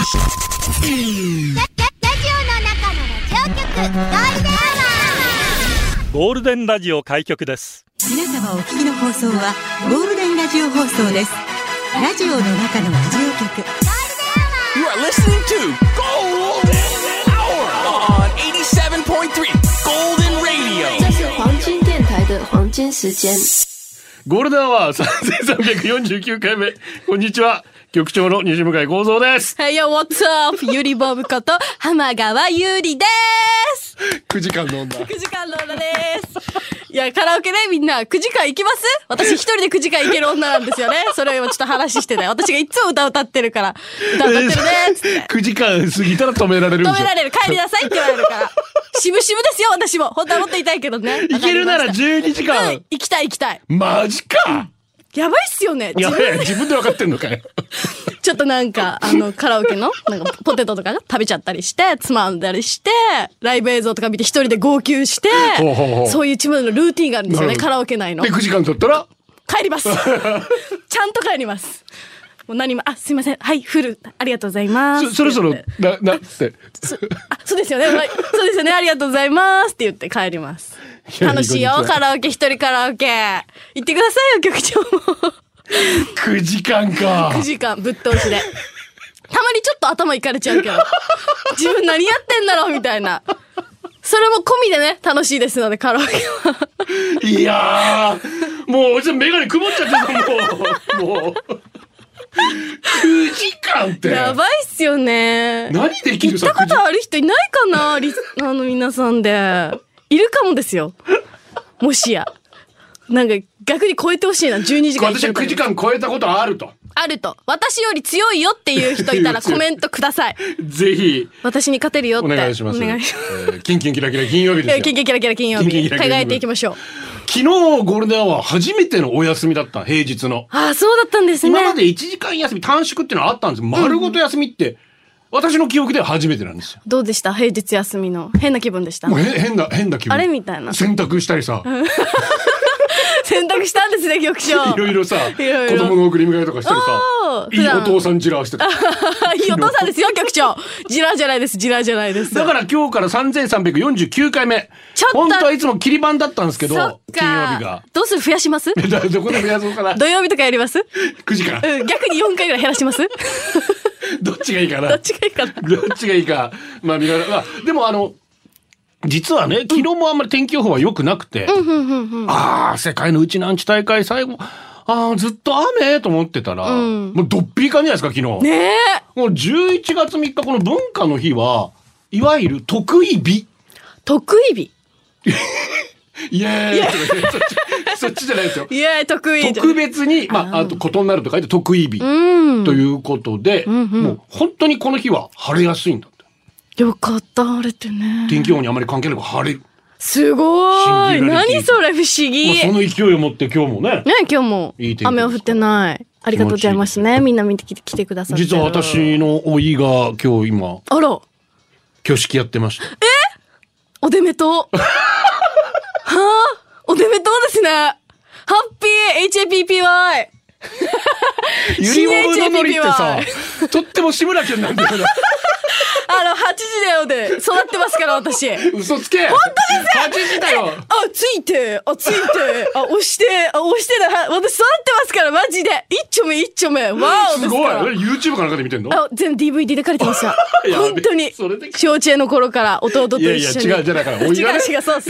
ゴールデンラジオ開局です。 皆様お聞きの放送はゴールデンラジオ放送です。ラジオの中のラジオ局。 You are listening to Golden Hour on 87.3 Golden Radio。 这是黄金電台的黄金時間。 ゴールデンアワー3349回目。こんにちは、局長の西向井光三です。 はいよ、What's up? ゆりボブこと浜川ゆりです。 9時間飲んだ。 9時間の女です。いや、カラオケね、みんな9時間行きます？私一人で9時間行ける女なんですよね。それを今ちょっと話してたよ。私がいつも歌ってるから、歌ってるねっつって。 9時間過ぎたら止められるんでしょ。 止められる、帰りなさいって言われるから。渋々ですよ、私も。本当はもっといたいけどね。 行けるなら12時間。 行きたい行きたい。 マジか。 やばいっすよね。 やばい、自分で分かってんのかよ。 ちょっとなんか、カラオケの、なんか、ポテトとか食べちゃったりして、つまんだりして、ライブ映像とか見て一人で号泣して、そういう一部のルーティンがあるんですよね、カラオケ内の。 で、9時間経ったら帰ります。ちゃんと帰ります。もう何も、すいません。はい、フル、ありがとうございます。 そろそろ、って。 そうですよね。はい、そうですよね。ありがとうございますって言って帰ります。楽しいよ、カラオケ、一人カラオケ。行ってくださいよ、局長も。 9時間か。 9時間ぶっ通しで。たまにちょっと頭いかれちゃうけど、自分何やってんだろうみたいな。それも込みでね、楽しいですので、カラオケは。 いやー、もうおじさんメガネ曇っちゃってたもう。9時間って。 やばいっすよね。 何できる？ 行ったことある人いないかな、皆さんで。いるかもですよ。もしや。なんか逆に超えてほしいな、12時間。 私は9時間超えたことあると。 あると。私より強いよっていう人いたらコメントください。 ぜひ。 私に勝てるよって。 お願いします。お願いします。キンキンキラキラ金曜日ですよ。 キンキンキラキラ金曜日。輝いていきましょう。 昨日ゴールデンアワー初めてのお休みだった、平日の。 ああ、そうだったんですね。 今まで1時間休み、短縮っていうのはあったんです。丸ごと休みって、私の記憶では初めてなんですよ。 どうでした？平日休みの。変な気分でした？ もう変な気分。 あれみたいな。 洗濯したりさ。 洗濯したんですね、局長。 いろいろさ、子供の送り迎えとかしてるさ、いいお父さんジラーしてた。 いいお父さんですよ、局長。ジラーじゃないです、ジラーじゃないです。 だから今日から3349回目。本当はいつも切り番だったんですけど、金曜日が。 どうする？増やします？ どこで増やそうかな。 土曜日とかやります？ 9 時間。 逆に4回ぐらい減らします？ どっちがいいかな。 どっちがいいかな。 どっちがいいか。まあ、でも実はね、昨日もあんまり天気予報は良くなくて、世界のうちなんち大会最後、ずっと雨と思ってたら、もうどっぴりかんじゃないですか、昨日。 ねえ。 もう11月3日、この文化の日は、いわゆる特異日。 特異日イエーイそっちじゃないですよ。 イエーイ、特異。 特別に、あと異なると書いて特異日。ということで、もう本当にこの日は晴れやすいんだって。 よかった、晴れてね。 天気予報にあまり関係なく晴れる。 すごい。何それ、不思議。 その勢いを持って今日もね。 今日も雨は降ってない。ありがとうございますね。みんな見て来てくださって。 実は私のおいが今日今、挙式やってました。 おでめとう。おでめとうですね。ハッピー HAPPY。 ゆりもぶのノリってさ、とっても志村けんなんだよね。 8時だよで育ってますから、私。 嘘つけ。 本当ですよ。 8時だよ。 ついて、押してだ。私育ってますから、マジで。一丁目。わお。 すごい。YouTube かなんかで見てんの？ 全部 DVD で借りてました。本当に。幼稚園の頃から弟と一緒に。 いや違う、じゃだから、おいがね。 違う、そう。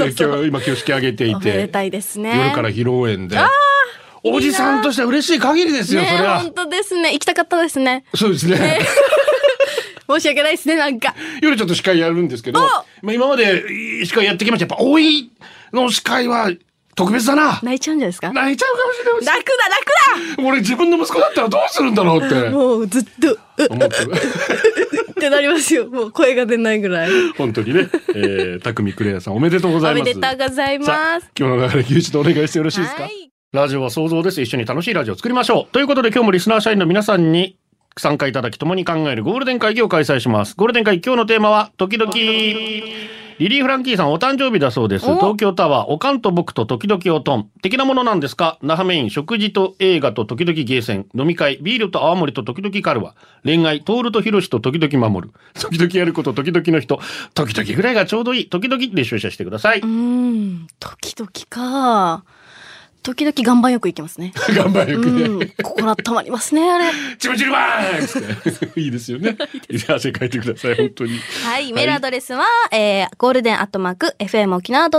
今挙式あげていて。 おめでたいですね。 夜から披露宴で。おじさんとしては嬉しい限りですよ、それは。 本当ですね。行きたかったですね。 そうですね。 申し訳ないですね、なんか。 夜ちょっと司会やるんですけど、今まで司会やってきました。やっぱ、おいの司会は特別だな。 泣いちゃうんじゃないですか？ 泣いちゃうかもしれない。 楽だ俺自分の息子だったらどうするんだろうって。 もうずっと、 思ってる。 ってなりますよ。もう声が出ないぐらい。 本当にね。匠クレアさんおめでとうございます。 おめでとうございます。 今日の流れ、一度お願いしてよろしいですか？ラジオは想像です。一緒に楽しいラジオを作りましょう。ということで今日もリスナー社員の皆さんに参加いただき共に考えるゴールデン会議を開催します。ゴールデン会議、今日のテーマは時々 リリー・フランキーさんお誕生日だそうです。東京タワー、おかんと僕と時々おとん的なものなんですか？那覇メイン、食事と映画と時々ゲーセン、飲み会、ビールと泡盛と時々カルワ、恋愛、トールとヒロシと時々守る、時々やること時々の人、時々ぐらいがちょうどいい、時々で出社してください。 時々か。時々岩盤浴行きますね。 岩盤浴ね。 心温まりますね、あれ。 チムチルバーンっていいですよね。汗かいてください、本当に。 はい、メールアドレスは、ゴールデンアットマーク FM 沖縄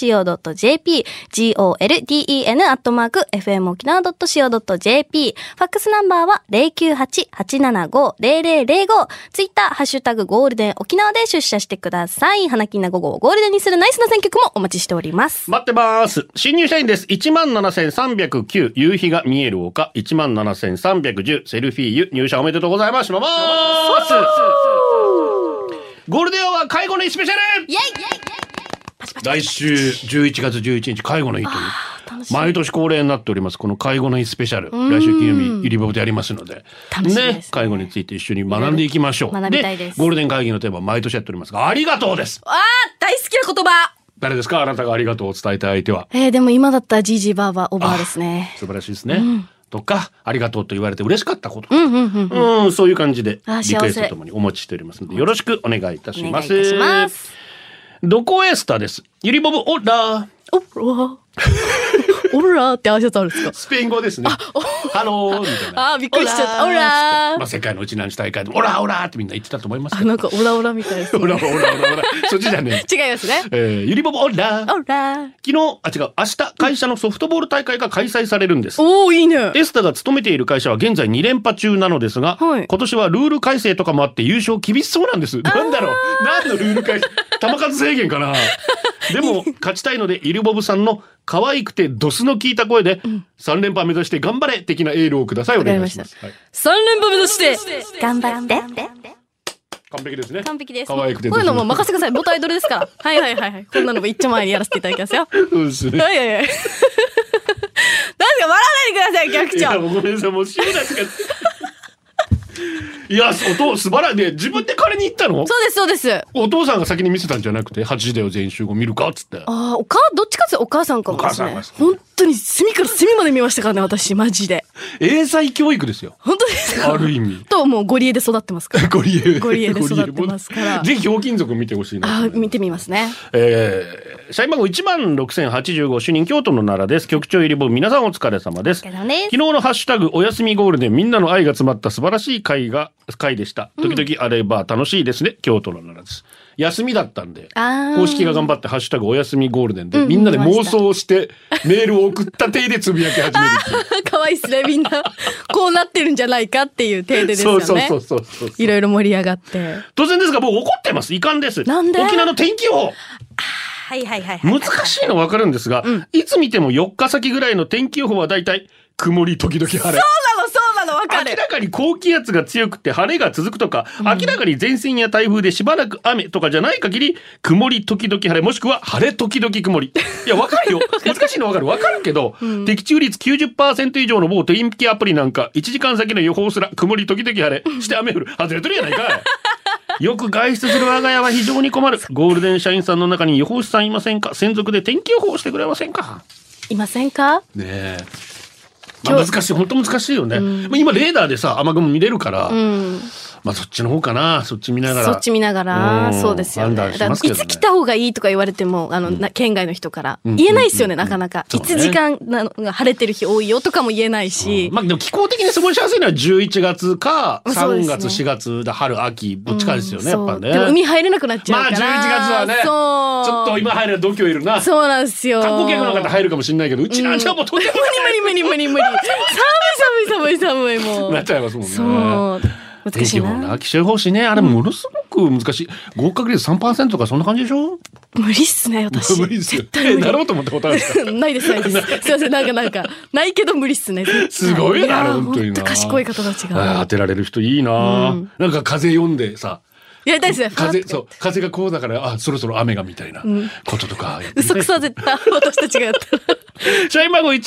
.co.jp、golden アットマーク FM 沖縄 .co.jp、ファックスナンバーは 098-875-0005、ツイッター、ハッシュタグゴールデン沖縄で出社してください。花金な午後をゴールデンにするナイスな選曲もお待ちしております。 待ってます。新入社員です。17,309 夕日が見える丘、17,310 セルフィーユ、入社おめでとうございます。ゴールデンは介護の日スペシャル。 イエイ来週11月11日介護の日という毎年恒例になっておりますこの介護の日スペシャル、来週金曜日ゆりぼぶでやりますので、ね、介護について一緒に学んでいきましょう。 学びたいです。 ゴールデン会議のテーマ毎年やっておりますが、ありがとうです。 大好きな言葉。 誰ですか？あなたがありがとうを伝えたい相手は。 でも今だったらジージーバーバーおばあですね。 素晴らしいですね。とかありがとうと言われて嬉しかったこと、そういう感じでリクエストともにお持ちしておりますのでよろしくお願いいたします。 お願いいたします。 どこエスタです。ゆりぼぶオラオラって挨拶あるんですか？ スペイン語ですね。ハローみたいな。 びっくりしちゃった。オラ世界のうちなんち大会でもオラオラってみんな言ってたと思いますけど。 なんかオラオラみたいですね。 オラオラオラオラそっちじゃねえ。違いますね。 ゆりぼぼオラオラ。 昨日明日会社のソフトボール大会が開催されるんです。 おー、いいね。 エスタが勤めている会社は現在2連覇中なのですが、今年はルール改正とかもあって優勝厳しそうなんです。なんだろう、何のルール改正、球数制限かな。でも勝ちたいのでゆりぼぶさんの可愛くてドスの効いた声で3連覇目指して頑張れ的なエールをください。お願いします。 3連覇目指して頑張って。 完璧ですね。 完璧です。 可愛くてこういうのも任せてください。元アイドルですから。はい。こんなのも一丁前にやらせていただきますよ。 そうですね。 はい。なんか笑わないでください、局長。 いや、もうごめんなさい、もう知らなくて。いや、素晴らしいね。自分で借りに行ったの？ そうです。 お父さんが先に見せたんじゃなくて、8時だよ全員集合見るかっつって。 どっちかってお母さんかもですね。 お母さん本当に隅から隅まで見ましたからね、私マジで。 英才教育ですよ。 本当ですか？ ある意味。 ともうゴリエで育ってますから。ゴリエで育ってますから。 ぜひひょうきん族見てほしいな。 見てみますね。 社員番号16,085、主任京都の奈良です。局長ゆりぼぶ、皆さんお疲れ様です。昨日のハッシュタグおやすみゴールデン、みんなの愛が詰まった素晴らしい回でした。時々あれば楽しいですね。京都の奈良です。休みだったんで公式が頑張ってハッシュタグおやすみゴールデンで、みんなで妄想してメールを送った体でつぶやき始めるっていう。 可愛いですね、みんなこうなってるんじゃないかっていう体でですよね。 そういろいろ盛り上がって。 当然ですが僕怒ってます。遺憾です。 なんで？ 沖縄の天気予報難しいの分かるんですが、いつ見ても4日先ぐらいの天気予報はだいたい曇り時々晴れ。 そうなの分かる。 明らかに高気圧が強くて晴れが続くとか、明らかに前線や台風でしばらく雨とかじゃない限り曇り時々晴れ、もしくは晴れ時々曇り。いや分かるよ。難しいの分かるけど、的中率 90% 以上の某天気アプリなんか1時間先の予報すら曇り時々晴れして雨降る外れとるやないかい。よく外出する我が家は非常に困る。ゴールデン社員さんの中に予報士さんいませんか？専属で天気予報をしてくれませんか？ いませんか？ ねえ、難しい、本当難しいよね。今レーダーでさ雨雲見れるから、そっちの方かな。そっち見ながらそうですよね。 判断しますけどね。 いつ来た方がいいとか言われても県外の人から言えないですよね、なかなか。いつ時間が晴れてる日多いよとかも言えないし、 でも気候的に過ごしやすいのは11月か3月4月で春秋どっちかですよね、やっぱね。 でも海入れなくなっちゃうから、 11月はねちょっと今入ると度胸いるな。 そうなんですよ。 観光客の方入るかもしれないけど、うちなんじゃもうとんでもない。 無理寒いもうなっちゃいますもんね。 そう難しいな。 気象予報士ね、あれものすごく難しい。合格率 3% とかそんな感じでしょ？ 無理っすね、私。 無理っすよ。 絶対無理。 なろうと思ったことあるんですか？ ないです。すいません、なんかないけど無理っすね。 すごいな、本当にな。 賢い方たちが。 当てられる人いいな。なんか風読んでさ。 やりたいですね。 風がこうだからそろそろ雨がみたいなこととか。 嘘くさ絶対私たちがやったら。 社員番号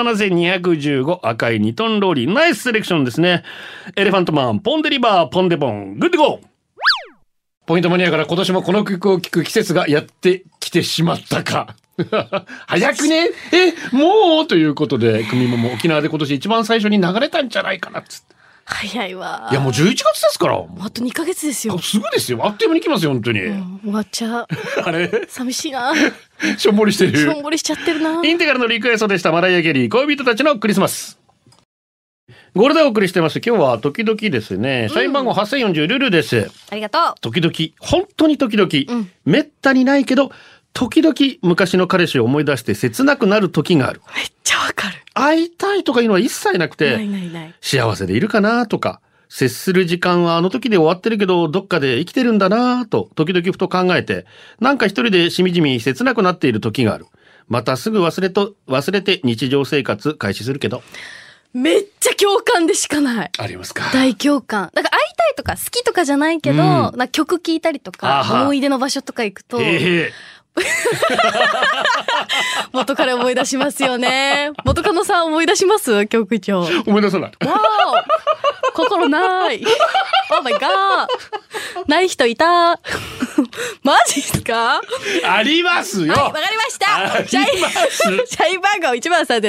17,215、赤い2トンローリー、ナイスセレクションですね。エレファントマン、ポンデリバー、ポンデボン、グッドゴー。 ポイントマニアから今年もこの曲を聴く季節がやってきてしまったか。早くねもうということで、組も沖縄で今年一番最初に流れたんじゃないかなっつって。 早いわ。 いやもう11月ですから。 あと2ヶ月ですよ。 すぐですよ。あっという間に来ますよ本当に。 終わっちゃう。 あれ寂しいな。 しょんぼりしてる。 しょんぼりしちゃってるな。 インテグラルのリクエストでした。マライア・キャリー、恋人たちのクリスマス。ゴールデンお送りしてます。今日は時々ですね。社員番号8040ルルです。 ありがとう。 時々、本当に時々、めったにないけど、時々昔の彼氏を思い出して切なくなる時がある。 めっちゃわかる。 会いたいとかいうのは一切なくて、 ない幸せでいるかなとか、接する時間はあの時で終わってるけど、どっかで生きてるんだなと、時々ふと考えて、なんか一人でしみじみ切なくなっている時がある。またすぐ忘れて日常生活開始するけど。 めっちゃ共感でしかない。 ありますか。 大共感。 だから会いたいとか好きとかじゃないけど、なんか曲聴いたりとか、思い出の場所とか行くと、元彼思い出しますよね。元カノさん思い出します局長。 思い出さない。 わお心ない。オーマイガー。ない人いた。マジっすか？ ありますよ。 はい、わかりました。社員番号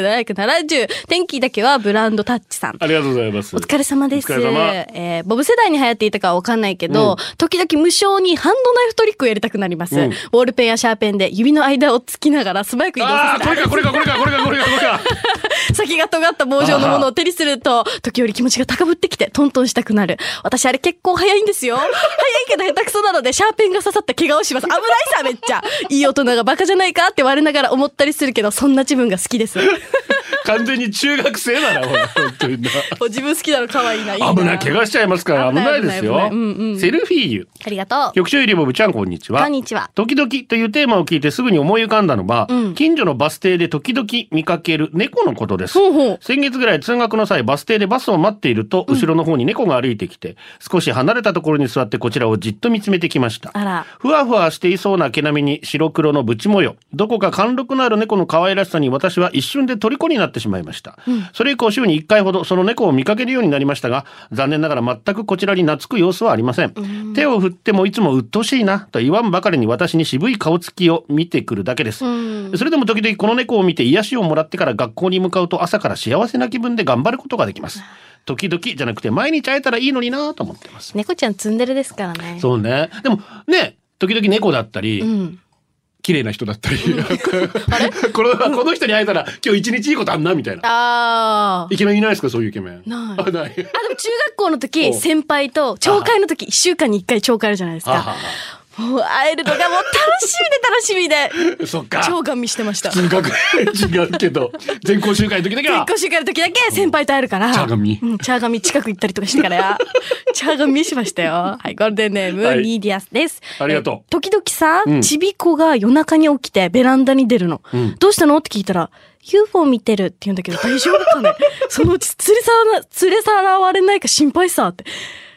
13770。天気だけはブランドタッチさん。 ありがとうございます。 お疲れ様です。 お疲れ様。 ボブ世代に流行っていたかはわかんないけど、時々無償にハンドナイフトリックをやりたくなります。ボールペンやシャーペンで指の間を突きながら素早く移動させて。 これか。 先が尖った棒状のものを手にすると、時折気持ちが高ぶってきてトントンしたくなる。私あれ結構早いんですよ。早いけど下手くそなのでシャーペンが刺さった怪我をします。危ないさめっちゃ。いい大人がバカじゃないかって我ながら思ったりするけど、そんな自分が好きです。 完全に中学生だな、本当にな。 自分好きなの可愛いな。 危ない、怪我しちゃいますから危ないですよ。セルフィーユ。 ありがとう。 局長ゆりぼぶちゃんこんにちは。 こんにちは。 時々というテーマを聞いてすぐに思い浮かんだのは、近所のバス停で時々見かける猫のことです。先月ぐらい通学の際、バス停でバスを待っていると、後ろの方に猫が歩いてきて、少し離れたところに座ってこちらをじっと見つめてきました。 あら。 ふわふわしていそうな毛並みに白黒のブチ模様。どこか貫禄のある猫の可愛らしさに私は一瞬で虜になってしまいました。それ以降週に1回ほどその猫を見かけるようになりましたが、残念ながら全くこちらに懐く様子はありません。手を振ってもいつも鬱陶しいなと言わんばかりに私に渋い顔つきを見てくるだけです。それでも時々この猫を見て癒しをもらってから学校に向かうと朝から幸せな気分で頑張ることができます。時々じゃなくて毎日会えたらいいのになと思ってます。 猫ちゃんツンデレですからね。 そうね。でもね、時々猫だったり、綺麗な人だったり、あれこの人に会えたら今日一日いいことあんなみたいな。イケメンいないですか、そういうイケメン。 ない。でも中学校の時先輩と朝会の時1週間に1回朝会あるじゃないですか。もう会えるのがもう楽しみでそっか。 超ガン見してました。 違うけど全校集会の時だけは。 全校集会の時だけ先輩と会えるから。チャーガミ近く行ったりとかしてからチャーガミしましたよ。はい、ゴールデンネーム、ニーディアスです。 ありがとう。 時々さ、ちびこが夜中に起きてベランダに出るの。どうしたのって聞いたら、UFO 見てるって言うんだけど大丈夫かね。そのうち連れ去られないか心配さって。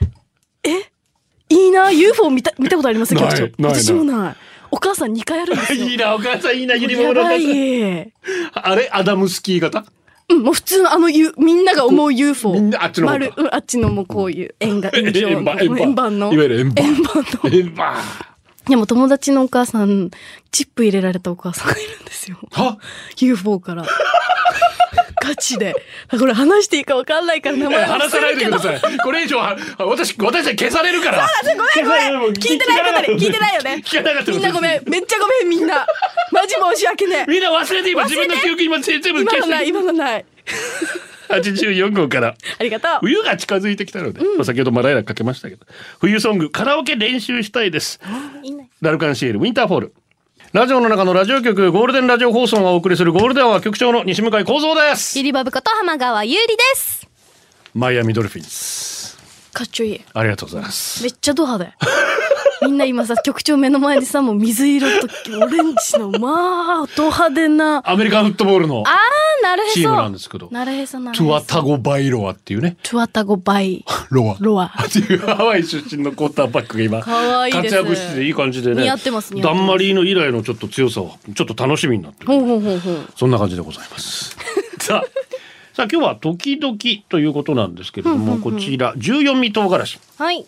いいな、UFO 見たことありますか？私もない。お母さん2回あるんですよ。 いいな、お母さんいいな、ゆりぼぶのお母さん。 あれアダムスキー型？ もう普通のみんなが思う UFO。 みんなあっちの方か。 あっちのもうこういう円盤の。 いわゆる円盤。 でも友達のお母さん、チップ入れられたお母さんがいるんですよ。UFO から。ガチで。これ話していいか分かんないから名前話さないでください。これ以上私は消されるから。 ごめん。聞いてないよね。 聞かなかった。 みんなごめん。めっちゃごめんみんな。マジ申し訳ねえ。 みんな忘れて今自分の記憶今全部消して。 今のない。 84号からありがとう。 冬が近づいてきたので、先ほどマライラかけましたけど、冬ソングカラオケ練習したいです。ラルカンシエルウィンターフォール。ラジオの中のラジオ局ゴールデンラジオ放送がお送りするゴールデンは局長の西向井光三です。 ゆりぼぶこと浜川優里です。 マイアミドルフィンズ。 かっちょいい。 ありがとうございます。 めっちゃド派で。みんな今さ局長目の前にさもう水色とオレンジのまあド派手なアメリカンフットボールのなるへそチームなんですけど、 なるへそトゥアタゴバイロアっていうね、 トゥアタゴバイロアっていうハワイ出身のクォーターバックが今活躍してていい感じでね、 似合ってます。 ダンマリーの以来のちょっと強さをちょっと楽しみになってる。そんな感じでございますさあ今日は時々ということなんですけれども、こちら14味唐辛子。 はい。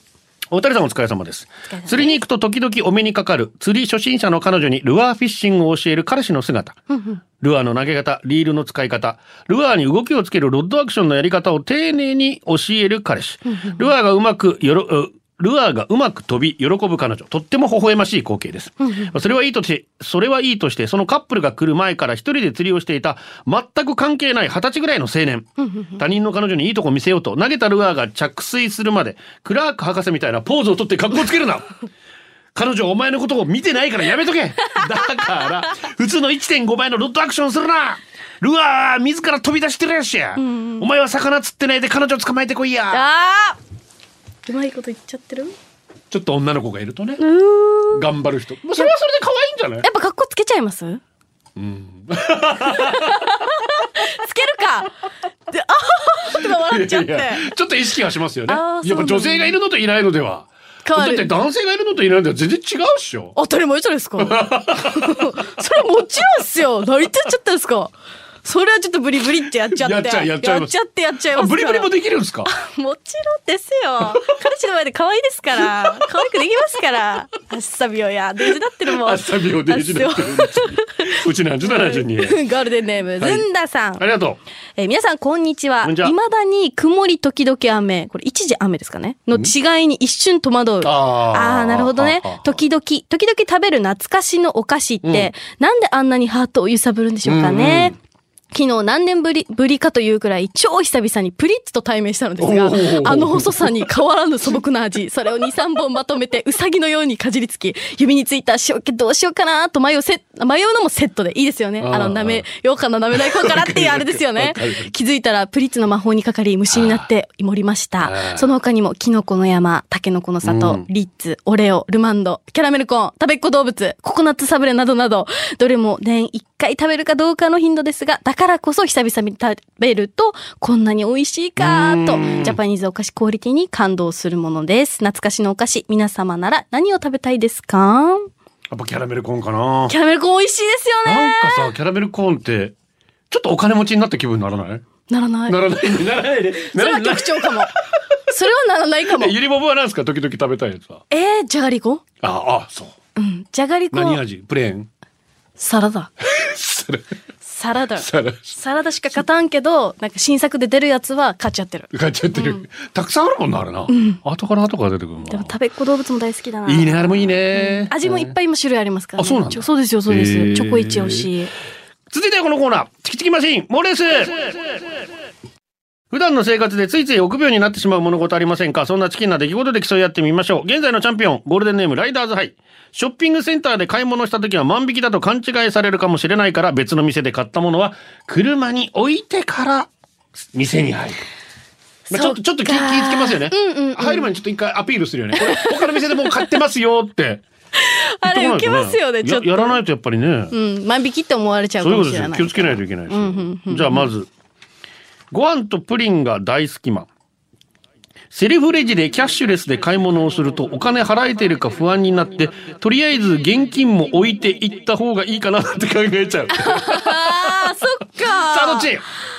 お二人さんお疲れ様です。釣りに行くと時々お目にかかる釣り初心者の彼女にルアーフィッシングを教える彼氏の姿。ルアーの投げ方、リールの使い方、ルアーに動きをつけるロッドアクションのやり方を丁寧に教える彼氏。ルアーがうまく飛び喜ぶ彼女、とっても微笑ましい光景です。それはいいとして、そのカップルが来る前から一人で釣りをしていた全く関係ない20歳ぐらいの青年。他人の彼女にいいとこ見せようと投げたルアーが着水するまでクラーク博士みたいなポーズをとって格好つけるな。彼女お前のことを見てないからやめとけ。だから普通の 1.5 倍のロッドアクションするな。ルアー自ら飛び出してるやしや。お前は魚釣ってないで彼女捕まえてこいや。 うまいこと言っちゃってる。 ちょっと女の子がいるとね、頑張る人、それはそれで可愛いんじゃない？ やっぱ格好つけちゃいます？つけるか。で、って笑っちゃって。 いやちょっと意識はしますよね。 やっぱ女性がいるのといないのでは。だって男性がいるのといないのでは全然違うっしょ。 当たり前じゃないですか。それはもちろんっすよ。何言ってやっちゃったんですか。それはちょっとブリブリってやっちゃって。やっちゃいますから。 ブリブリもできるんですか？ もちろんですよ。彼氏の前で可愛いですから。可愛くできますから。あっさびをや、デージなってるもん。 あっさびをデージなってる。うちなん72。 ゴールデンネーム、ずんださん。 ありがとう。 皆さん、こんにちは。未だに曇り時々雨。これ一時雨ですかねの違いに一瞬戸惑う。なるほどね。時々食べる懐かしのお菓子って、なんであんなにハートを揺さぶるんでしょうかね。昨日何年ぶりかというくらい超久々にプリッツと対面したのですが、あの細さに変わらぬ素朴な味、それを 2,3 本まとめてウサギのようにかじりつき、指についた塩気どうしようかなと迷うのもセットでいいですよね。舐めようかな舐めない方からっていうあれですよね。気づいたらプリッツの魔法にかかり虫になって盛りました。その他にもキノコの山、タケノコの里、リッツ、オレオ、ルマンド、キャラメルコーン、食べっ子動物、ココナッツサブレなどなど、どれも年1回食べるかどうかの頻度ですが、だからこそ久々に食べるとこんなに美味しいかとジャパニーズお菓子クオリティに感動するものです。懐かしのお菓子、皆様なら何を食べたいですか？ やっぱキャラメルコーンかな。 キャラメルコーン美味しいですよね。 なんかさ、キャラメルコーンってちょっとお金持ちになった気分にならない？ ならない。 ならないね。 それは局長かも。それはならないかも。 ゆりぼぶは何ですか？時々食べたいやつは。 じゃがりこ？ そう。 じゃがりこ。 何味？プレーン？ サラダ。サラダしか勝たんけど、なんか新作で出るやつは買っちゃってる。 たくさんあるもんな、あれな。後から出てくるもんな。 でも食べっ子動物も大好きだな。 いいね、あれもいいね。 味もいっぱい種類ありますからね。 そうなんだ。 そうですよ、そうです。チョコイチ推し。 続いてはこのコーナー、チキチキマシンモーレース。普段の生活でついつい臆病になってしまう物事ありませんか？そんなチキンな出来事で競い合ってみましょう。現在のチャンピオン、ゴールデンネームライダーズハイ。ショッピングセンターで買い物した時は万引きだと勘違いされるかもしれないから、別の店で買ったものは車に置いてから店に入る。ちょっと気ぃつけますよね。入る前にちょっと一回アピールするよね。これ他の店でもう買ってますよって。 あれ受けますよね。ちょっとやらないとやっぱりね。 万引きって思われちゃうかもしれない。 そういうことですよ。気をつけないといけないです。じゃあまず、ご飯とプリンが大好きマン。セルフレジでキャッシュレスで買い物をするとお金払えてるか不安になって、とりあえず現金も置いていった方がいいかなって考えちゃう。 そっか。 さあどっち？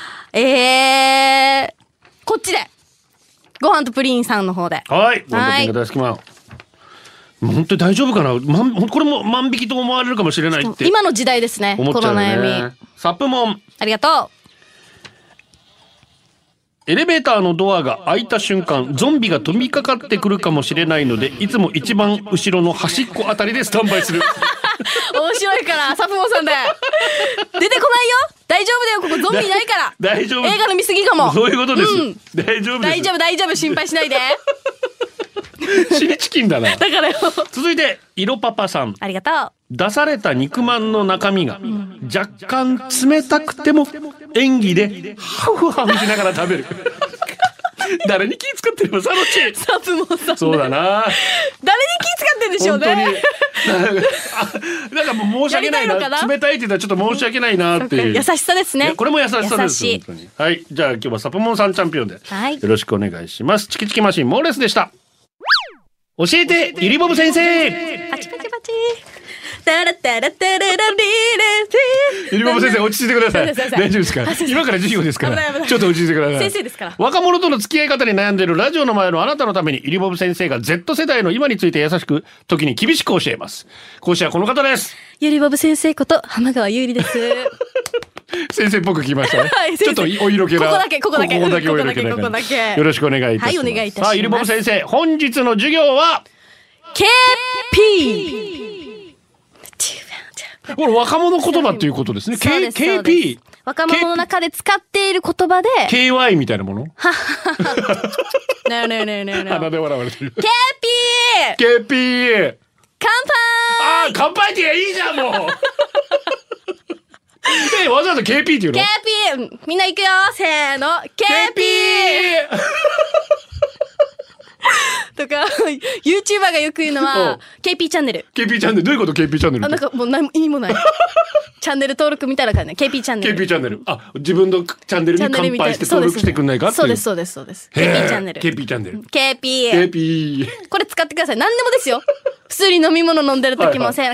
こっちで。ご飯とプリンさんの方で。 はい。ご飯とプリンが大好きマン。本当に大丈夫かな？これも万引きと思われるかもしれないって。 今の時代ですね。 思っちゃうね。 この悩み。 サップモン。 ありがとう。 エレベーターのドアが開いた瞬間、ゾンビが飛びかかってくるかもしれないので、いつも一番後ろの端っこあたりでスタンバイする。 面白いから、サプモさんで。出てこないよ。大丈夫だよ、ここゾンビいないから。 大丈夫。 映画の見過ぎかも。 そういうことです。大丈夫です。 大丈夫、心配しないで。 シリチキンだな。 だからよ。 続いて、イロパパさん。 ありがとう。 出された肉まんの中身が若干冷たくても演技でハフハフしながら食べる。誰に気使ってるの？サロチ。 サプモさん。 そうだな。 誰に気使ってんでしょうね。 なんかもう申し訳ないな。冷たいって言ったらちょっと申し訳ないなっていう。 優しさですね。 これも優しさです。本当に。はい。じゃあ今日はサプモンさんチャンピオンで、よろしくお願いします。チキチキマシンモーレスでした。教えてゆりぼぶ先生。 パチパチパチ。 タラタラタララリーレゆりぼぶ先生落ち着いてください。 すいません大丈夫ですか？今から授業ですか危ない危ないらちょっと落ち着いてください。 先生ですから。 若者との付き合い方に悩んでいるラジオの前のあなたのためにゆりぼぶ先生が Z 世代の今について優しく時に厳しく教えます。講師はこの方です。 ゆりぼぶ先生こと浜川ゆりです先生っぽく聞きましたね、 はいちょっとお色気なここだけここだけお色気なここだけよろしくお願いいたします。 はいお願いいたしますさあゆりぼぶ先生本日の授業は KP これ若者言葉ということですね。 そうですそうです KP 若者の中で使っている言葉で KY みたいなものねえねえねえねえねえ鼻で笑われてる KP KP 乾杯乾杯っていいじゃんもうわざわざ KP っていうの KP みんな行くよせーの KP とか YouTuber がよく言うのは KP チャンネル KP チャンネルどういうこと KP チャンネルってなんかもう何も意味もないチャンネル登録みたいな感じね KP チャンネル KP チャンネル自分のチャンネルに乾杯して登録してくんないかっていうそうですそうですそうです KP チャンネル KP チャンネル KP KP これ使ってください何でもですよ普通に飲み物飲んでる時もせーの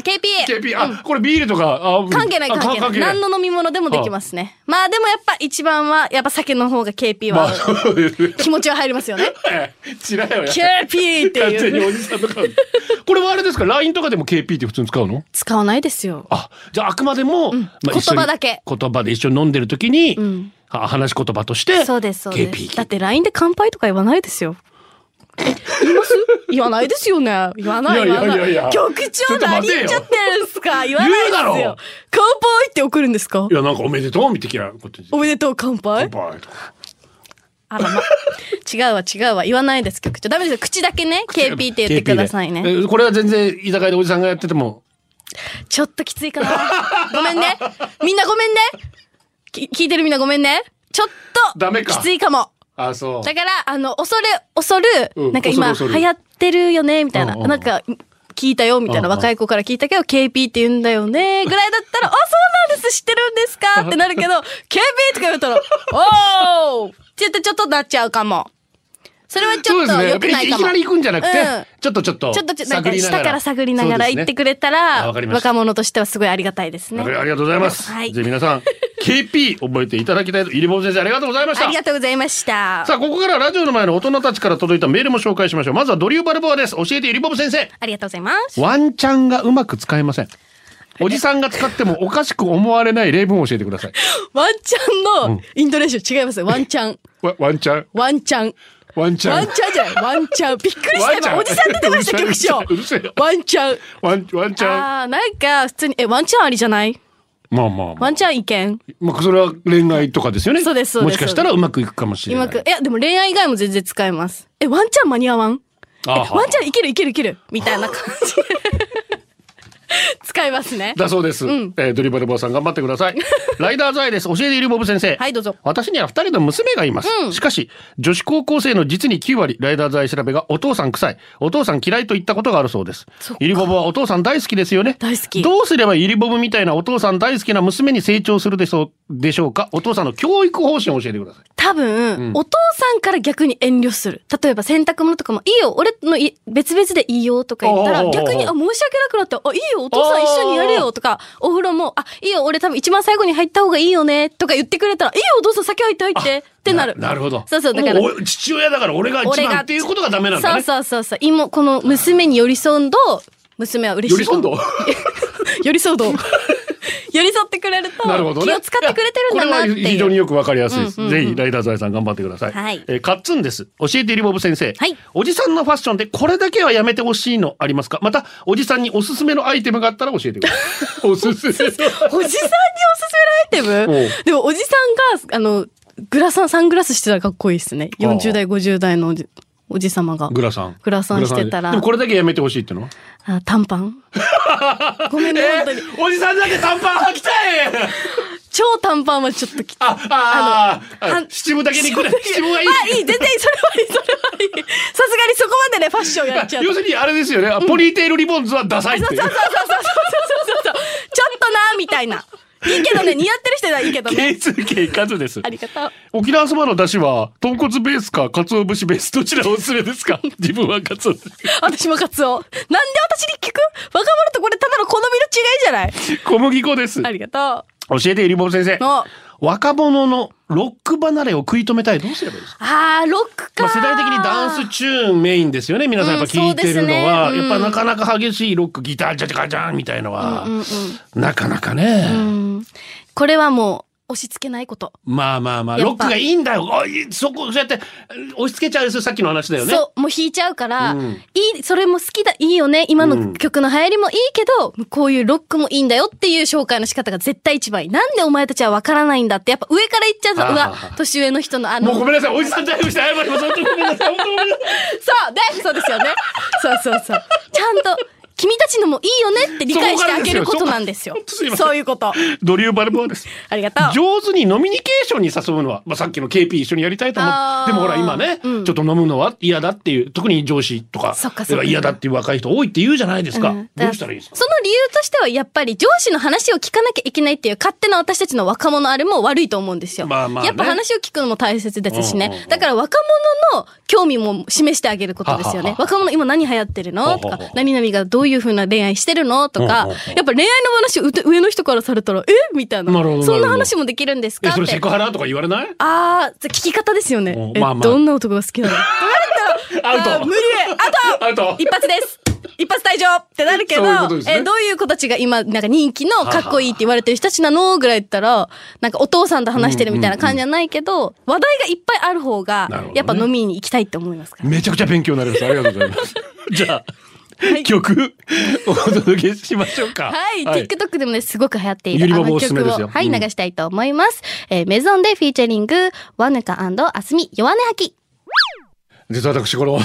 KP これビールとか関係ない関係ない何の飲み物でもできますねまあでもやっぱ一番はやっぱ酒の方が KP は気持ちは入りますよね知らんよ KP って完全にいうおじさんの顔これはあれですか LINE とかでも KP って普通に使うの使わないですよじゃああくまでも言葉だけ言葉で一緒に飲んでる時に話し言葉としてそうですそうです KP だって LINE で乾杯とか言わないですよ言います言わないですよね言わない言わないいや局長何言っちゃってるんですか言わないです言うだろよ乾杯って送るんですかいやなんかおめでとうみたいなことおめでとう乾杯乾杯とかあらま違うわ言わないです局長ダメですよ口だけね KP って言ってくださいねこれは全然居酒屋でおじさんがやっててもちょっときついかなごめんねみんなごめんね聞いてるみんなごめんねちょっとダメかきついかもあそうだから恐るなんか今恐る流行ってるよねみたいなうんうんなんか聞いたよみたいな若い子から聞いたけど KP って言うんだよねぐらいだったらあそうなんです知ってるんですかってなるけど KP とか言われたらおーって言ってちょっとなっちゃうかもそれはちょっと良くないかもいきなり行くんじゃなくて、 うんちょっとなんか下から探りながら言ってくれたら、 わかりました若者としてはすごいありがたいですね。 ありがとうございます、 はいぜひ皆さん KP 覚えていただきたいとゆりぼぶ先生ありがとうございましたありがとうございました。 さあここからラジオの前の大人たちから届いたメールも紹介しましょう。まずはドリューバルボアです。教えてゆりぼぶ先生。 ありがとうございます。 ワンチャンがうまく使えません。おじさんが使ってもおかしく思われない例文を教えてください。 ワンチャンのイントネーション違いますよ。ワンチャン。 ワンチャンワンチャン。 ワンチャンワンチャンじゃない。ワンチャン。びっくりした。 ワンチャン今おじさん出てました、局長。 うるせえよワンチャン。 ワンチャンあー、なんか普通に、ワンチャンありじゃないまあまあ、まあ、 ワンチャン意見まあそれは恋愛とかですよね。 そうですそうですもしかしたらうまくいくかもしれない。 いや、でも恋愛以外も全然使えます。ワンチャン間に合わんワンチャンいけるいけるいけるみたいな感じで使いますね。 だそうです、ドリバルボーさん頑張ってください。ライダーズアイです。教えてゆりぼぶ先生。 はいどうぞ。 私には2人の娘がいます、しかし女子高校生の実に9割ライダーズアイ調べがお父さん臭いお父さん嫌いと言ったことがあるそうです。ゆりぼぶはお父さん大好きですよね。 大好き。 どうすればゆりぼぶみたいなお父さん大好きな娘に成長するでしょうか。お父さんの教育方針を教えてください。 多分、お父さんから逆に遠慮する。例えば洗濯物とかも、いいよ、俺の別々でいいよとか言ったら、逆に、申し訳なくなって、いいよ、お父さん一緒にやるよとか、お風呂も、いいよ、俺多分一番最後に入った方がいいよねとか言ってくれたら、いいよ、お父さん先入って入ってってなる。 なるほど。 そうそう、だから。 もう父親だから俺が一番っていうことがダメなんだね。 そう。この娘に寄り添うと、娘は嬉しい。寄り添うと。寄り添ってくれると、 なるほどね、 気を使ってくれてるんだなっていう。 これは非常によくわかりやすいです。ぜひライダーズアイさん頑張ってください。 はい。 カッツンです。教えてゆりぼぶ先生。 はい。 おじさんのファッションでこれだけはやめてほしいのありますか。またおじさんにおすすめのアイテムがあったら教えてください。おすすめおじさんにおすすめのアイテムでもおじさんがサングラスしてたらかっこいいですね。40代50代のおじさまがグラサンしてたら。 でもこれだけやめてほしいってのは短パンごめんね、本当に。 おじさんだけ短パン履きたい超短パンはちょっときつい。 七分だけにくれ。七分はいい。 いい、全然それはいい。さすがにそこまでね、ファッションやっちゃう。 要するにあれですよね、ポニーテールリボンズはダサいっていう。 そう。ちょっとな、みたいな。 いいけどね、似合ってる人はいいけどね。 K2K カズです。 ありがとう。 沖縄そばの出汁は豚骨ベースか鰹節ベース、どちらおすすめですか？自分は鰹です。 私もカツオ。なんで私に聞く？若者とこれただの好みの違いじゃない？ 小麦粉です。 ありがと教えてゆりぼぶ先生。 う。 若者のロック離れを食い止めたい。どうすればいいですか？ ロックか。 世代的にダンスチューンメインですよね。皆さんやっぱ聞いてるのは、 そうですね。 やっぱなかなか激しいロック、ギタージャジャカジャンみたいのは、なかなかね。 これはもう押し付けないこと。 まあロックがいいんだよ。そうやって押し付けちゃうですよ。さっきの話だよね。 そう、もう弾いちゃうから、それも好きだ、いいよね。今の曲の流行りもいいけど、こういうロックもいいんだよっていう紹介の仕方が絶対一番いい。なんでお前たちは分からないんだって、やっぱ上から言っちゃうと、うわ、年上の人のもうごめんなさい、おじさんタイムして謝ります。本当にごめんなさい、本当にごめんなさい。 そうですよね。そう。ちゃんと、君たちのもいいよねって理解してあげることなんですよ。そういうこと。 ドリューバルボアです。 ありがとう。 上手にノミニケーションに誘うのは、さっきの KP 一緒にやりたいと思う。でもほら今ね、ちょっと飲むのは嫌だっていう、特に上司とか嫌だっていう若い人多いって言うじゃないですか。どうしたらいいですか？ その理由としてはやっぱり上司の話を聞かなきゃいけないっていう勝手な私たちの若者あれも悪いと思うんですよ。やっぱ話を聞くのも大切ですしね。だから若者の興味も示してあげることですよね。若者今何流行ってるのとか、何々がどういう風な恋愛してるのとか、やっぱ恋愛の話を上の人からされたらみたいな、そんな話もできるんですかって。 それセクハラとか言われない？ 聞き方ですよね。どんな男が好きなの？ アウト。 無理。アウト。一発です。一発退場ってなるけど、どういう子たちが今なんか人気のかっこいいって言われてる人たちなのぐらい言ったら、なんかお父さんと話してるみたいな感じじゃないけど、話題がいっぱいある方がやっぱ飲みに行きたいって思いますから。 めちゃくちゃ勉強になります。ありがとうございます。じゃあ。曲お届けしましょうか。 はい、TikTok でもねすごく流行っている曲を、 流したいと思います。メゾンでフィーチャリングワヌカ&アスミ弱音吐き。 実は私この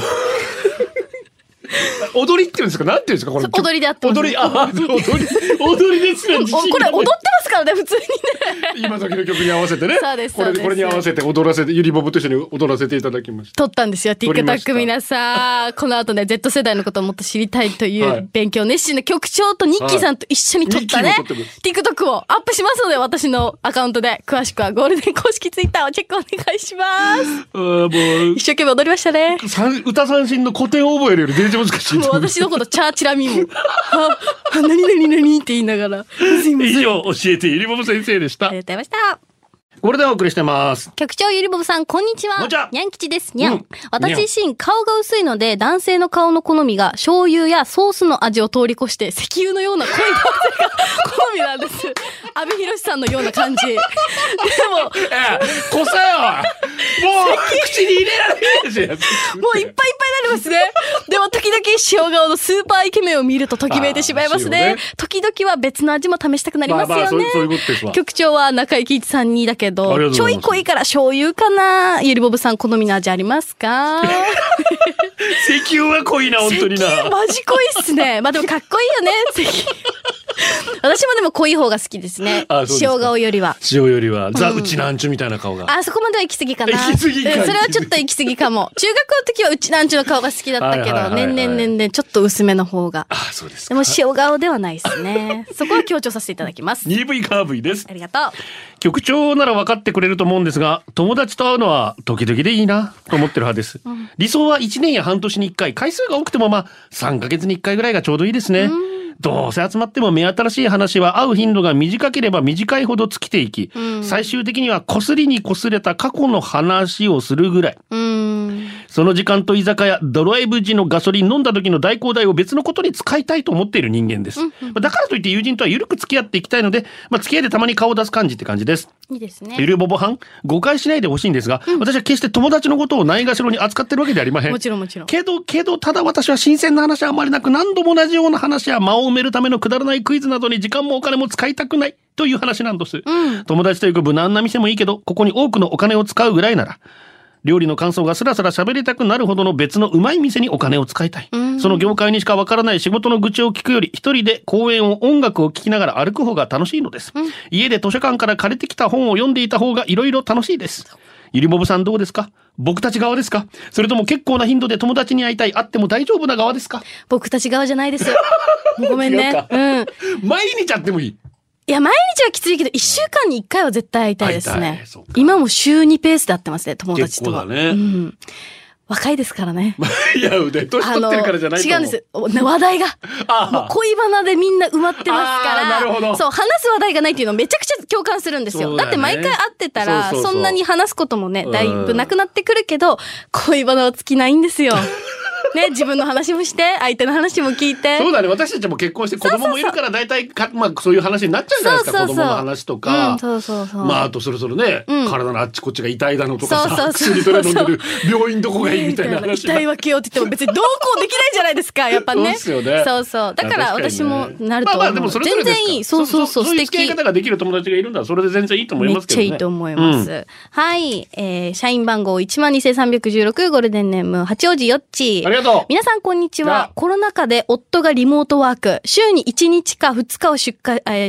踊りっていうんですか、なんていうんですか、これ踊りであってます。 踊りですね。 これ踊ってますからね、普通にね。 今時の曲に合わせてね。 そうです。 これに合わせて踊らせて、ゆりぼぶと一緒に踊らせていただきました。 撮ったんですよ、TikTok 皆さん。この後ね、Z 世代のことをもっと知りたいという勉強熱心な局長とニッキーさんと一緒に撮ったね、TikTok をアップしますので、私のアカウントで、詳しくはゴールデン公式 Twitter をチェックお願いします。もう一生懸命踊りましたね。 歌三振の古典を覚えるより全然難しい。 もう私のことチャーチラミも何って言いながら。すいません。 以上、教えてゆりぼぶ先生でした。 ありがとうございました。 これでお送りしてます。 局長ゆりぼぶさん、こんにちは。にゃん吉です。にゃん。私自身顔が薄いので、男性の顔の好みが醤油やソースの味を通り越して石油のような濃い男性が好みなんです。阿部寛さんのような感じ。でも、 こさよ。もう口に入れられないですよ。 もういっぱいいっぱいになりますね。でも時々塩顔のスーパーイケメンを見るとときめいてしまいますね。時々は別の味も試したくなりますよね。 そういうことですわ。 局長は中井貴一さんにだけど、ちょい濃いから醤油かな。ゆりぼぶさん好みの味ありますか？ 石油は濃いな、本当にな。 石油マジ濃いっすね。まあでもかっこいいよね、石油。私もでも濃い方が好きですね。塩顔よりは。 塩よりは。ザ・うちなんちゅみたいな顔が。 そこまでは行き過ぎかな。 行き過ぎか。 それはちょっと行き過ぎかも。中学の時はうちなんちゅの顔が好きだったけど、年々ちょっと薄めの方が。 そうですか。 でも塩顔ではないですね。そこは強調させていただきます。 2V カー V です。 ありがとう。 局長なら分かってくれると思うんですが、友達と会うのは時々でいいなと思ってる派です。理想は1年や半年に1回、回数が多くても3ヶ月に1回ぐらいがちょうどいいですね。どうせ集まっても目新しい話は会う頻度が短ければ短いほど尽きていき、最終的にはこすりにこすれた過去の話をするぐらい。その時間と居酒屋、ドライブ時のガソリン飲んだ時の代行代を別のことに使いたいと思っている人間です。だからといって友人とは緩く付き合っていきたいので、付き合いでたまに顔を出す感じって感じです。 いいですね。 ゆるぼぼはん、誤解しないでほしいんですが、私は決して友達のことをないがしろに扱ってるわけではありません。 もちろんもちろん。 けど、ただ私は新鮮な話はあまりなく、何度も同じような話や間を埋めるためのくだらないクイズなどに時間もお金も使いたくないという話なんです。友達と行く無難な店もいいけど、ここに多くのお金を使うぐらいなら、料理の感想がスラスラ喋りたくなるほどの別のうまい店にお金を使いたい。その業界にしかわからない仕事の愚痴を聞くより、一人で公園を音楽を聴きながら歩く方が楽しいのです。家で図書館から借りてきた本を読んでいた方がいろいろ楽しいです。ゆりぼぶさんどうですか？僕たち側ですか？それとも結構な頻度で友達に会いたい、会っても大丈夫な側ですか？ 僕たち側じゃないですよ。ごめんね。 毎日会ってもいい。 いや、毎日はきついけど、1週間に1回は絶対会いたいです会いねたいそうか。 今も週2ペースで会ってますね、友達とは。 結構だねうん。若いですからね。 いや、年取ってるからじゃないと思う。 違うんです。話題が。もう恋バナでみんな埋まってますかあーなるほどら、そう、話す話題がないっていうのをめちゃくちゃ共感するんですよ。 そうだねだって毎回会ってたら、 そうそんなに話すこともね、 うんだいぶなくなってくるけど、恋バナは尽きないんですよ。ね、自分の話もして、相手の話も聞いて。 そうだね。私たちも結婚して子供もいるから大体まあそういう話になっちゃうじゃないですか。子供の話とか。 そうそうそう。 まああとそろそろね、 うん体のあっちこっちが痛いだのとかさ、 そうそうそう薬取れ飲んでる病院どこがいいみたいな話。 痛いわけよって言っても別にどうこうできないじゃないですか、やっぱね。 そうですよねそうそう。だから私もなると思う。 まあまあでもそれぞれですから全然いい。そうそうそう、素そういう付き合い敵。 方ができる友達がいるんだらそれで全然いいと思いめっますけどね。 ちゃいいと思います。はい。社員番号12316ゴールデンネーム八王子よっち。 ありがとう。 皆さんこんにちじゃあは。コロナ禍で夫がリモートワーク。週に1日か2日を出荷じゃない。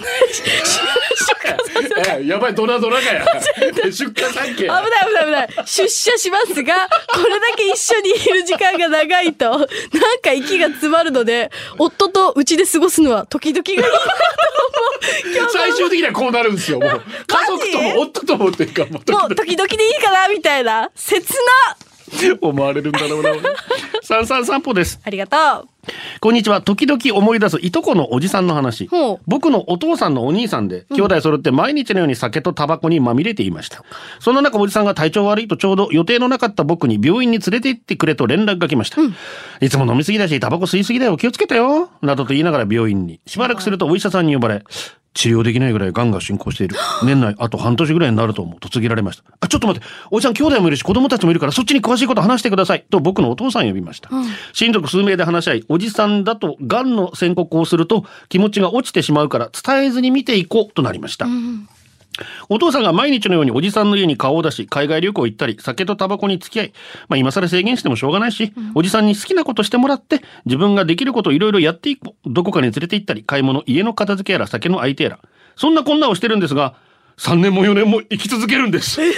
やばい、ドラかや。出荷産経。 危ない。出社しますが、これだけ一緒にいる時間が長いと、なんか息が詰まるので、夫とうちで過ごすのは時々がいいなと思う。 最終的にはこうなるんですよ。もう家族とも夫ともっていうか、もうもう時々でいいかなみたいな。切な。 思われるんだろうな。三三散歩です。 ありがとう。 こんにちは。時々思い出すいとこのおじさんの話ほう。 僕のお父さんのお兄さんで、兄弟揃って毎日のように酒とタバコにまみれていました。そんな中、おじさんが体調悪いとちょうど予定のなかった僕に病院に連れて行ってくれと連絡が来ました。いつも飲みすぎだし、タバコ吸いすぎだよ、気をつけてよ。などと言いながら病院に。しばらくするとお医者さんに呼ばれ、治療できないぐらい癌が進行している。年内あと半年ぐらいになると思うと告げられました。あ、ちょっと待って。おじさん兄弟もいるし子供たちもいるからそっちに詳しいこと話してください。と僕のお父さん呼びました。親族数名で話し合い、おじさんだと癌の宣告をすると気持ちが落ちてしまうから伝えずに見ていこうとなりました。お父さんが毎日のようにおじさんの家に顔を出し、海外旅行行ったり、酒とタバコに付き合い、まあ今更制限してもしょうがないし、おじさんに好きなことしてもらって、自分ができることをいろいろやっていこう。どこかに連れて行ったり、買い物、家の片付けやら、酒の相手やら。そんなこんなをしてるんですが、3年も4年も生き続けるんです。 よか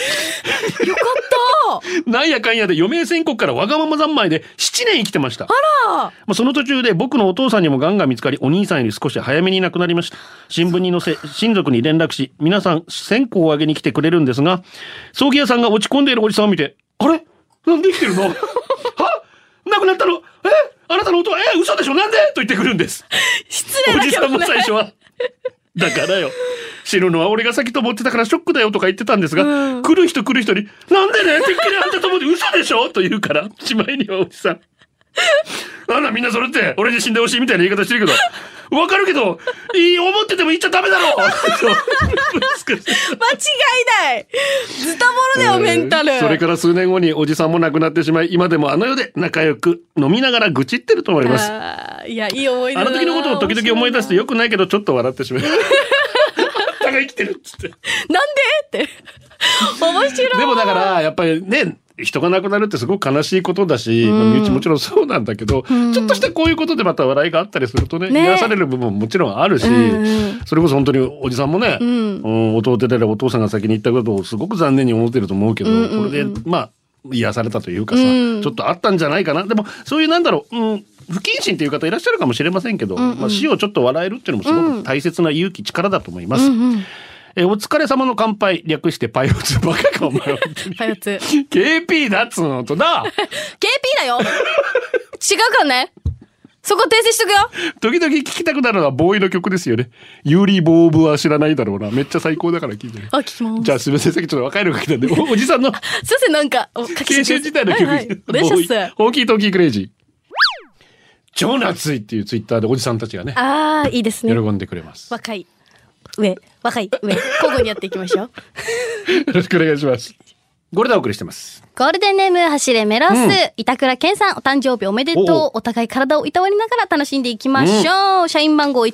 ったなんやかんやで余命宣告からわがまま三昧で7年生きてました。まあ、その途中で僕のお父さんにも癌が見つかり、お兄さんより少し早めに亡くなりました。新聞に載せ、親族に連絡し、皆さん線香をあげに来てくれるんですが、葬儀屋さんが落ち込んでいるおじさんを見て、あれなんで生きてるのは亡くなったのあなたの音は嘘でしょなんでと言ってくるんです。 失礼だけどね。 おじさんも最初は。だからよ。死ぬのは俺が先と思ってたからショックだよとか言ってたんですが、来る人に、なんでねてっきりあんたと思って嘘でしょと言うから、しまいにはおじさん。あんなみんなそれって俺に死んでほしいみたいな言い方してるけど、わかるけど、思ってても言っちゃダメだろ間違いないズタボロだよ、メンタル。 それから数年後におじさんも亡くなってしまい、今でもあの世で仲良く飲みながら愚痴ってると思います。 いや、いい思い出だな。 あの時のことを時々思い出してよくないけどちょっと笑ってしまう。あんたが生きてるっつって。 なんでって。面白い。 でもだからやっぱりね、人が亡くなるってすごく悲しいことだし、まあ身内もちろんそうなんだけど、ちょっとしたこういうことでまた笑いがあったりするとね、癒される部分ももちろんあるし、それこそ本当におじさんもね、弟であればお父さんが先に言ったことをすごく残念に思ってると思うけど、これでまあ癒されたというかさ、ちょっとあったんじゃないかな。でもそういうなんだろう、不謹慎という方いらっしゃるかもしれませんけど、まあ、死をちょっと笑えるっていうのもすごく大切な勇気、力だと思います。お疲れ様の乾杯、略してパイオツ。バカかお前は。 パイオツ。 KP だっつうのとな。 KP だよ。違うからね。そこ訂正しとくよ。 時々聞きたくなるのはボーイの曲ですよね。ユーリーボーブは知らないだろうな。めっちゃ最高だから聞いてね。 あ、聞きます。 じゃあすみません、さっきちょっと若いのが来たんで、おじさんの。 すいません、なんか、 研修時代の曲。 はいはい、お願いします。 ホーキートーキークレイジー。超夏いっていうツイッターでおじさんたちがね。 ああ、いいですね。 喜んでくれます。 若い。若い、交互にやっていきましょう。 よろしくお願いします。ゴールデンお送りしてます。 ゴールデンネーム走れメロス、板倉健さんお誕生日おめでとう。お互い体をいたわりながら楽しんでいきましょう。社員番号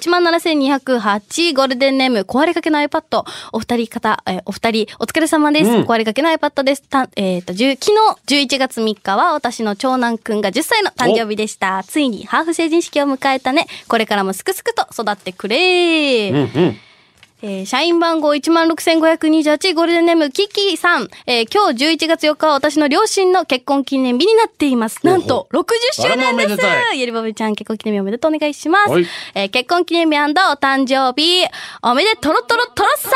17208、ゴールデンネーム壊れかけの iPad。お二人お疲れ様です。壊れかけの iPad です。昨日11月3日は私の長男くんが10歳の誕生日でした。ついにハーフ成人式を迎えたね。これからもすくすくと育ってくれ。 社員番号16528ゴールデンネームキキさん。今日11月4日は私の両親の結婚記念日になっています。なんと60周年あらまおめで。 ですたゆりぼぶちゃん結婚記念日おめでとうお願いします。 はい結婚記念日&お誕生日おめでとろとろとろさん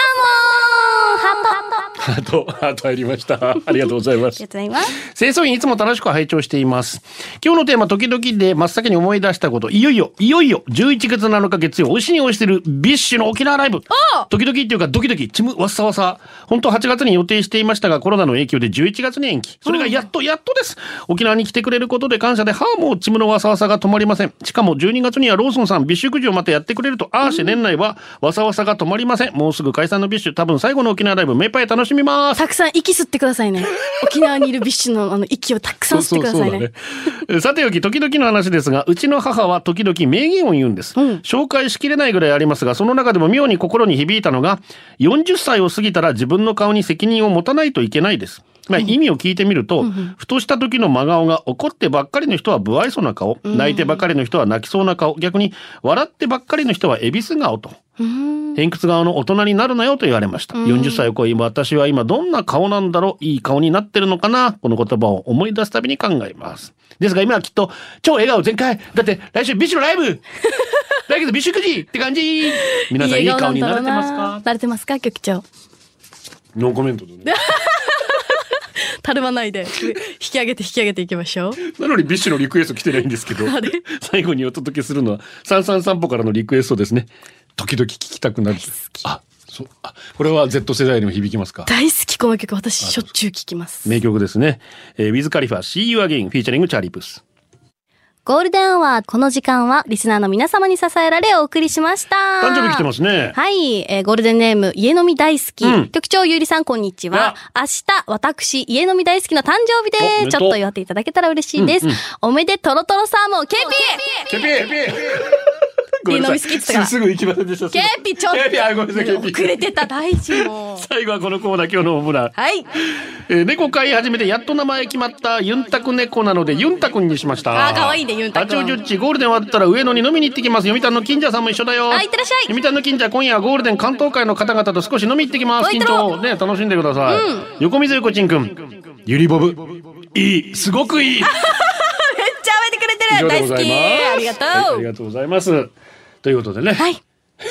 ハート。 ハート入りました。ありがとうございますありがとうございます。 清掃員いつも楽しく拝聴しています。今日のテーマ時々で真っ先に思い出したこと。いよいよ11月7日月曜推しに推してるビッシュの沖縄ライブ。時々っていうかドキドキちむわっさわさ。本当8月に予定していましたがコロナの影響で11月に延期。それがやっとです。沖縄に来てくれることで感謝でもうちむのわさわさが止まりません。しかも12月にはローソンさんビッシュくじをまたやってくれるとして年内はわさわさが止まりません。もうすぐ解散のビッシュ多分最後の沖縄ライブ目いっぱい楽しみます。 たくさん息吸ってくださいね。沖縄にいるビッシュの息をたくさん吸ってくださいね。 そうだね。さておき時々の話ですがうちの母は時々名言を言うんです、紹介しきれないぐらいありますがその中でも妙に心に響いたのが40歳を過ぎたら自分の顔に責任を持たないといけないです。意味を聞いてみると、ふとした時の真顔が怒ってばっかりの人は不愛想な顔、泣いてばっかりの人は泣きそうな顔、逆に笑ってばっかりの人は恵比寿顔と。偏屈顔の大人になるなよと言われました。40歳を超え私は今どんな顔なんだろう、いい顔になってるのかな、この言葉を思い出すたびに考えます。ですが今はきっと超笑顔全開だって来週ビッシュのライブ来月ビッシュ9時って感じ。皆さんいい顔になれてますか？ 慣れてますか局長？ ノーコメントでねたるまないで引き上げていきましょう。 なのにビッシュのリクエスト来てないんですけど最後にお届けするのは33散歩からのリクエストですね。時々聞きたくなる。これは Z 世代にも響きますか？ 大好きこの曲。私しょっちゅう聞きます。 名曲ですね。ウィズカリファ See You Again フィーチャリングチャーリープス。 ゴールデンアワー、この時間はリスナーの皆様に支えられお送りしました。 誕生日来てますね。 はい、ゴールデンネーム家飲み大好き、局長ゆうりさんこんにちは。明日私家飲み大好きの誕生日でちょっと祝っていただけたら嬉しいです。おめでとろとろサーモンケーピー家飲み好きって言ったからすぐ行きませんでした。 ケーピちょっとごめんなさい遅れてた大事も最後はこのコーナー今日のオムラ。 はい、 猫飼い始めてやっと名前決まったユンタク猫なのでユンタくんにしました。 可愛いねユンタくん。 八王子っちゴールデン終わったら上野に飲みに行ってきます。読谷の金者さんも一緒だよ。 いってらっしゃい。 読谷の金者今夜はゴールデン関東会の方々と少し飲み行ってきます。緊張ね楽しんでください。横溝ゆこちんくんゆりぼぶいいすごくいいめっちゃ褒めてくれてる大好きありがとう、 ありがとうございます。ということでね、 はい、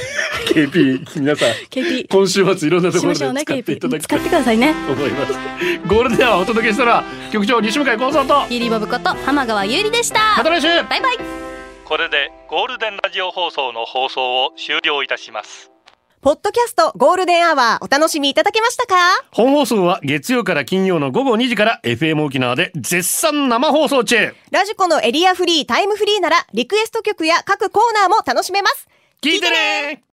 KP 皆さん KP 今週末いろんなところで使っていただきたい使ってくださいねと思います。ゴールデンはお届けしたら局長西向井光三とゆりぼぶこと浜川ゆうりでした。 また来週バイバイ。 これでゴールデンラジオ放送の放送を終了いたします。 ポッドキャストゴールデンアワーお楽しみいただけましたか？ 本放送は月曜から金曜の午後2時から FM 沖縄で絶賛生放送中。 ラジコのエリアフリータイムフリーならリクエスト曲や各コーナーも楽しめます。 聞いてね。